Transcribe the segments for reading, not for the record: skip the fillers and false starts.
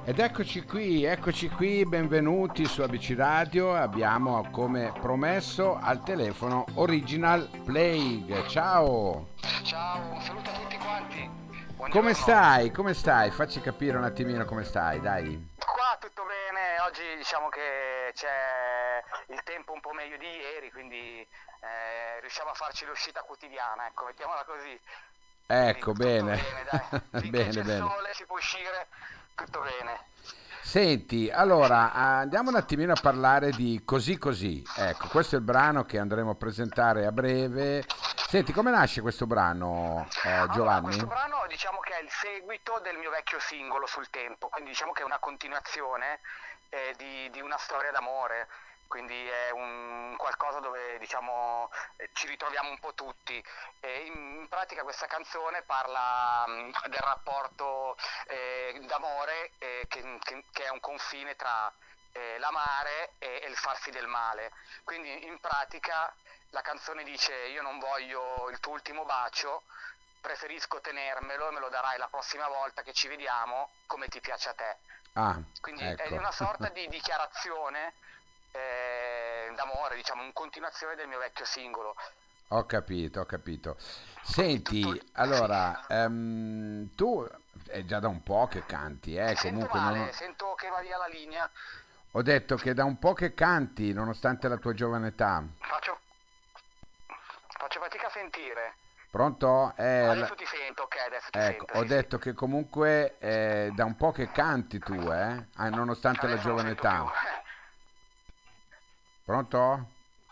Ed eccoci qui, benvenuti su ABC Radio. Abbiamo come promesso al telefono Original Plague. Ciao! Ciao, un saluto a tutti quanti. Come Buongiorno. stai? Come stai? Facci capire un attimino come stai, dai. Qua tutto bene, oggi diciamo che c'è il tempo un po' meglio di ieri, quindi riusciamo a farci l'uscita quotidiana, ecco, mettiamola così. Quindi Ecco, tutto bene. bene, dai. Finché c'è Bene, il bene. sole si può uscire, tutto bene. Senti, allora andiamo un attimino a parlare di Così Così. Ecco, questo è il brano che andremo a presentare a breve. Senti, come nasce questo brano, Allora, questo Giovanni? brano diciamo che è il seguito del mio vecchio singolo sul tempo, quindi diciamo che è una continuazione di una storia d'amore, quindi è un qualcosa dove diciamo ci ritroviamo un po' tutti. E in pratica questa canzone parla del rapporto d'amore che è un confine tra l'amare e il farsi del male. Quindi in pratica la canzone dice io non voglio il tuo ultimo bacio, preferisco tenermelo e me lo darai la prossima volta che ci vediamo come ti piace a te. Ah, Quindi è ecco. una sorta di dichiarazione d'amore, diciamo, in continuazione del mio vecchio singolo. Ho capito, ho capito. Quindi tutto... Senti, Sì. allora, tu è già da un po' che canti, Ti sento comunque male, sento che va via la linea. ho detto che da un po' che canti, nonostante la tua giovane età. Faccio, faccio fatica a sentire. Pronto? Adesso ti sento, ok, adesso ti Ecco, sento, ho sì, sì. detto che comunque da un po' che canti tu, nonostante la Adesso non giovane sento più. età. Pronto?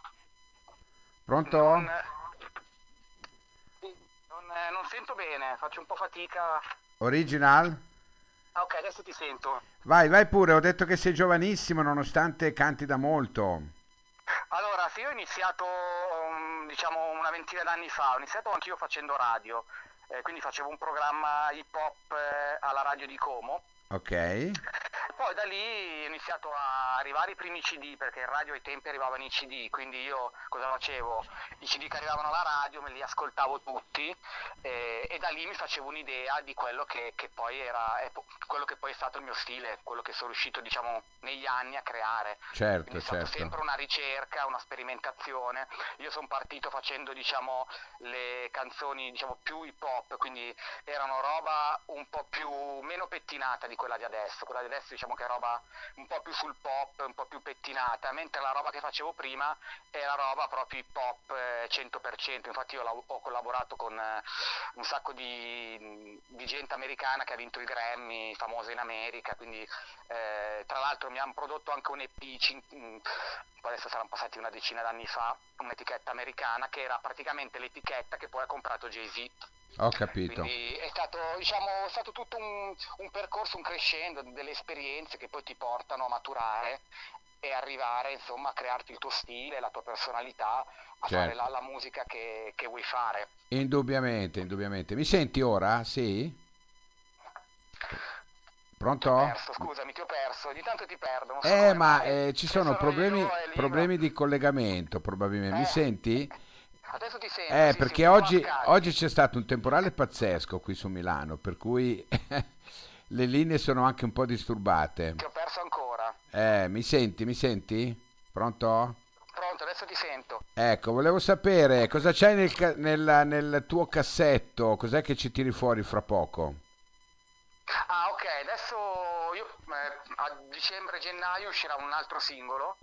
Non, Pronto? sì, non sento bene, faccio un po' fatica. Original? Ah, ok, adesso ti sento. Vai, vai pure, ho detto che sei giovanissimo nonostante canti da molto. Allora, sì, io ho iniziato, diciamo, una ventina d'anni fa, ho iniziato anch'io facendo radio, quindi facevo un programma hip hop alla radio di Como. Ok, Poi da lì ho iniziato a arrivare i primi CD, perché in radio ai tempi arrivavano i CD, quindi io cosa facevo? I CD che arrivavano alla radio me li ascoltavo tutti e da lì mi facevo un'idea di quello che poi quello che poi è stato il mio stile, quello che sono riuscito, diciamo, negli anni a creare. Quindi certo, è stato certo. sempre una ricerca, una sperimentazione. Io sono partito facendo, diciamo, le canzoni, diciamo, più hip hop, quindi erano roba un po' più meno pettinata di quella di adesso. Quella di adesso diciamo che è roba un po' più sul pop, un po' più pettinata, mentre la roba che facevo prima era roba proprio hip hop 100%. Infatti io ho collaborato con un sacco di gente americana che ha vinto il Grammy, famosa in America, quindi tra l'altro mi hanno prodotto anche un EP, poi adesso saranno passati una decina d'anni fa, un'etichetta americana che era praticamente l'etichetta che poi ha comprato Jay-Z. Ho capito. Quindi è stato, diciamo, è stato tutto un percorso, un crescendo, delle esperienze che poi ti portano a maturare e arrivare, insomma, a crearti il tuo stile, la tua personalità, a fare Certo. la musica che vuoi fare. Indubbiamente, indubbiamente. Mi senti ora? Sì? Ti ho Pronto? perso, scusami, ti ho perso, ogni tanto ti perdo, non so come Ma mai. ci Se sono sono io è lì, ma... problemi di collegamento, probabilmente. Mi senti? Adesso ti sento, sì, sì, un Perché po' a oggi scatti. c'è stato un temporale pazzesco qui su Milano, per cui le linee sono anche un po' disturbate. Ti ho perso ancora. Mi senti? Mi senti? Pronto? Pronto, adesso ti sento. Ecco, volevo sapere cosa c'hai nel tuo cassetto, cos'è che ci tiri fuori fra poco? Ah, ok, adesso io a dicembre-gennaio uscirà un altro singolo.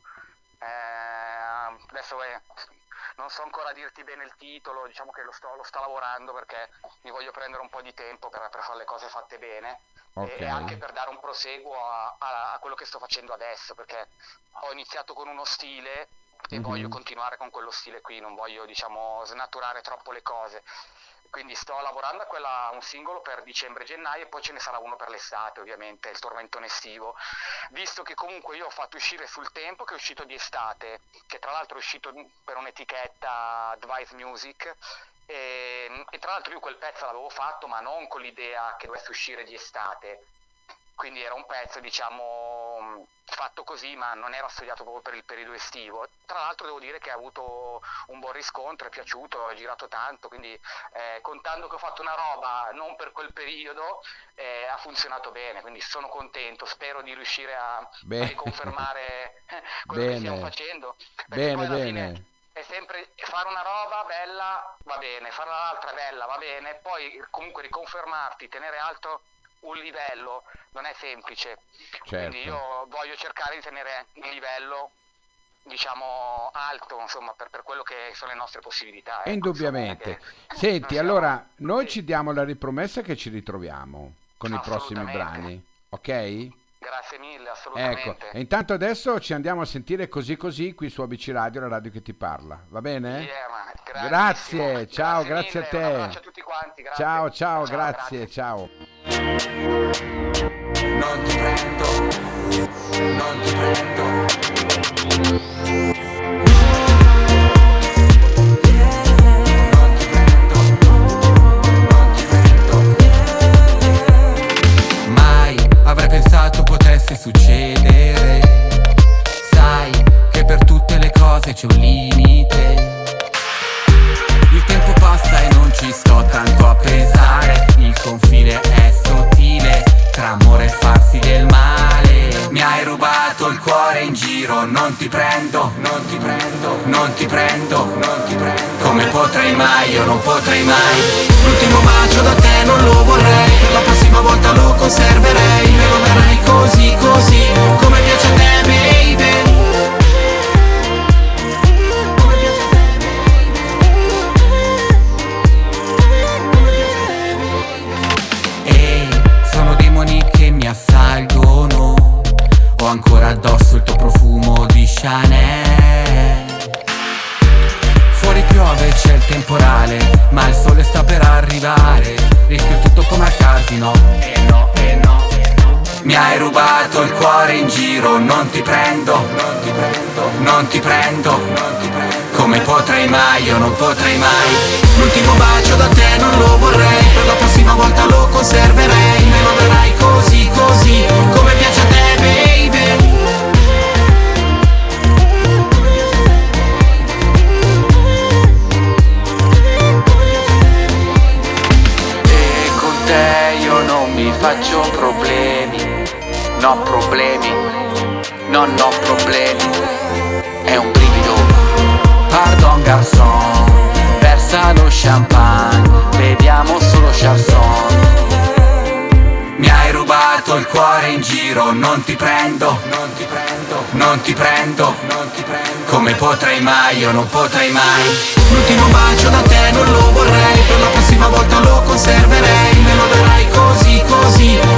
Adesso non so ancora dirti bene il titolo, diciamo che lo sto lavorando perché mi voglio prendere un po' di tempo per fare le cose fatte bene Ok. e anche per dare un proseguo a quello che sto facendo adesso, perché ho iniziato con uno stile e voglio Mhm. continuare con quello stile qui, non voglio, diciamo, snaturare troppo le cose. Quindi sto lavorando a un singolo per dicembre-gennaio e poi ce ne sarà uno per l'estate, ovviamente, il tormentone estivo. Visto che comunque io ho fatto uscire sul tempo, che è uscito di estate, che tra l'altro è uscito per un'etichetta Advice Music, e tra l'altro io quel pezzo l'avevo fatto, ma non con l'idea che dovesse uscire di estate, quindi era un pezzo, diciamo, fatto così, ma non era studiato proprio per il periodo estivo. Tra l'altro devo dire che ha avuto un buon riscontro, è piaciuto, è girato tanto, quindi contando che ho fatto una roba non per quel periodo, ha funzionato bene, quindi sono contento, spero di riuscire a riconfermare quello che stiamo facendo, perché poi alla fine è sempre fare una roba bella, va bene, fare un'altra bella, va bene, poi comunque riconfermarti, tenere alto un livello non è semplice, quindi io voglio cercare di tenere un livello, diciamo, alto, insomma, per quello che sono le nostre possibilità. Indubbiamente. Senti, allora noi ci diamo la ripromessa che ci ritroviamo con i prossimi brani, ok? Grazie mille, assolutamente. Ecco, e intanto adesso ci andiamo a sentire Così Così qui su ABC Radio, la radio che ti parla, va bene? Grazie, ciao, grazie a te. Un abbraccio a tutti quanti, grazie. Ciao, grazie, ciao. Non ti prendo, non ti prendo. Potesse succedere, sai che per tutte le cose c'è un limite. Il tempo passa e non ci sto tanto a pensare, il confine è sottile tra amore e farsi del male. Mi hai rubato il cuore in giro, non ti prendo, non ti prendo, non ti prendo, non ti prendo. Come potrei mai, io non potrei mai. L'ultimo bacio da te non lo vorrei, per la prossima volta lo conserverei. Me lo darai così, così, come piace a te, baby. Come piace a te, baby. Ehi, sono demoni che mi assalgono, ho ancora addosso il tuo profumo di Chanel. Fuori piove, c'è il temporale, ma il sole sta per arrivare. Rischio tutto come a casino, mi hai rubato il cuore in giro, non ti prendo, non ti prendo, non ti prendo, non ti prendo. Come potrei mai, io non potrei mai. L'ultimo bacio da te non lo vorrei, per la prossima volta lo conserverei. Me lo darai così, così, come piace a te, baby. E con te io non mi faccio problemi. No problemi, no problemi, è un brivido. Pardon garçon, versa lo champagne, beviamo solo chanson. Mi hai rubato il cuore in giro, non ti prendo, non ti prendo, non ti prendo, non ti prendo. Come potrei mai, io non potrei mai. L'ultimo bacio da te non lo vorrei, per la prossima volta lo conserverei. Me lo darai così, così,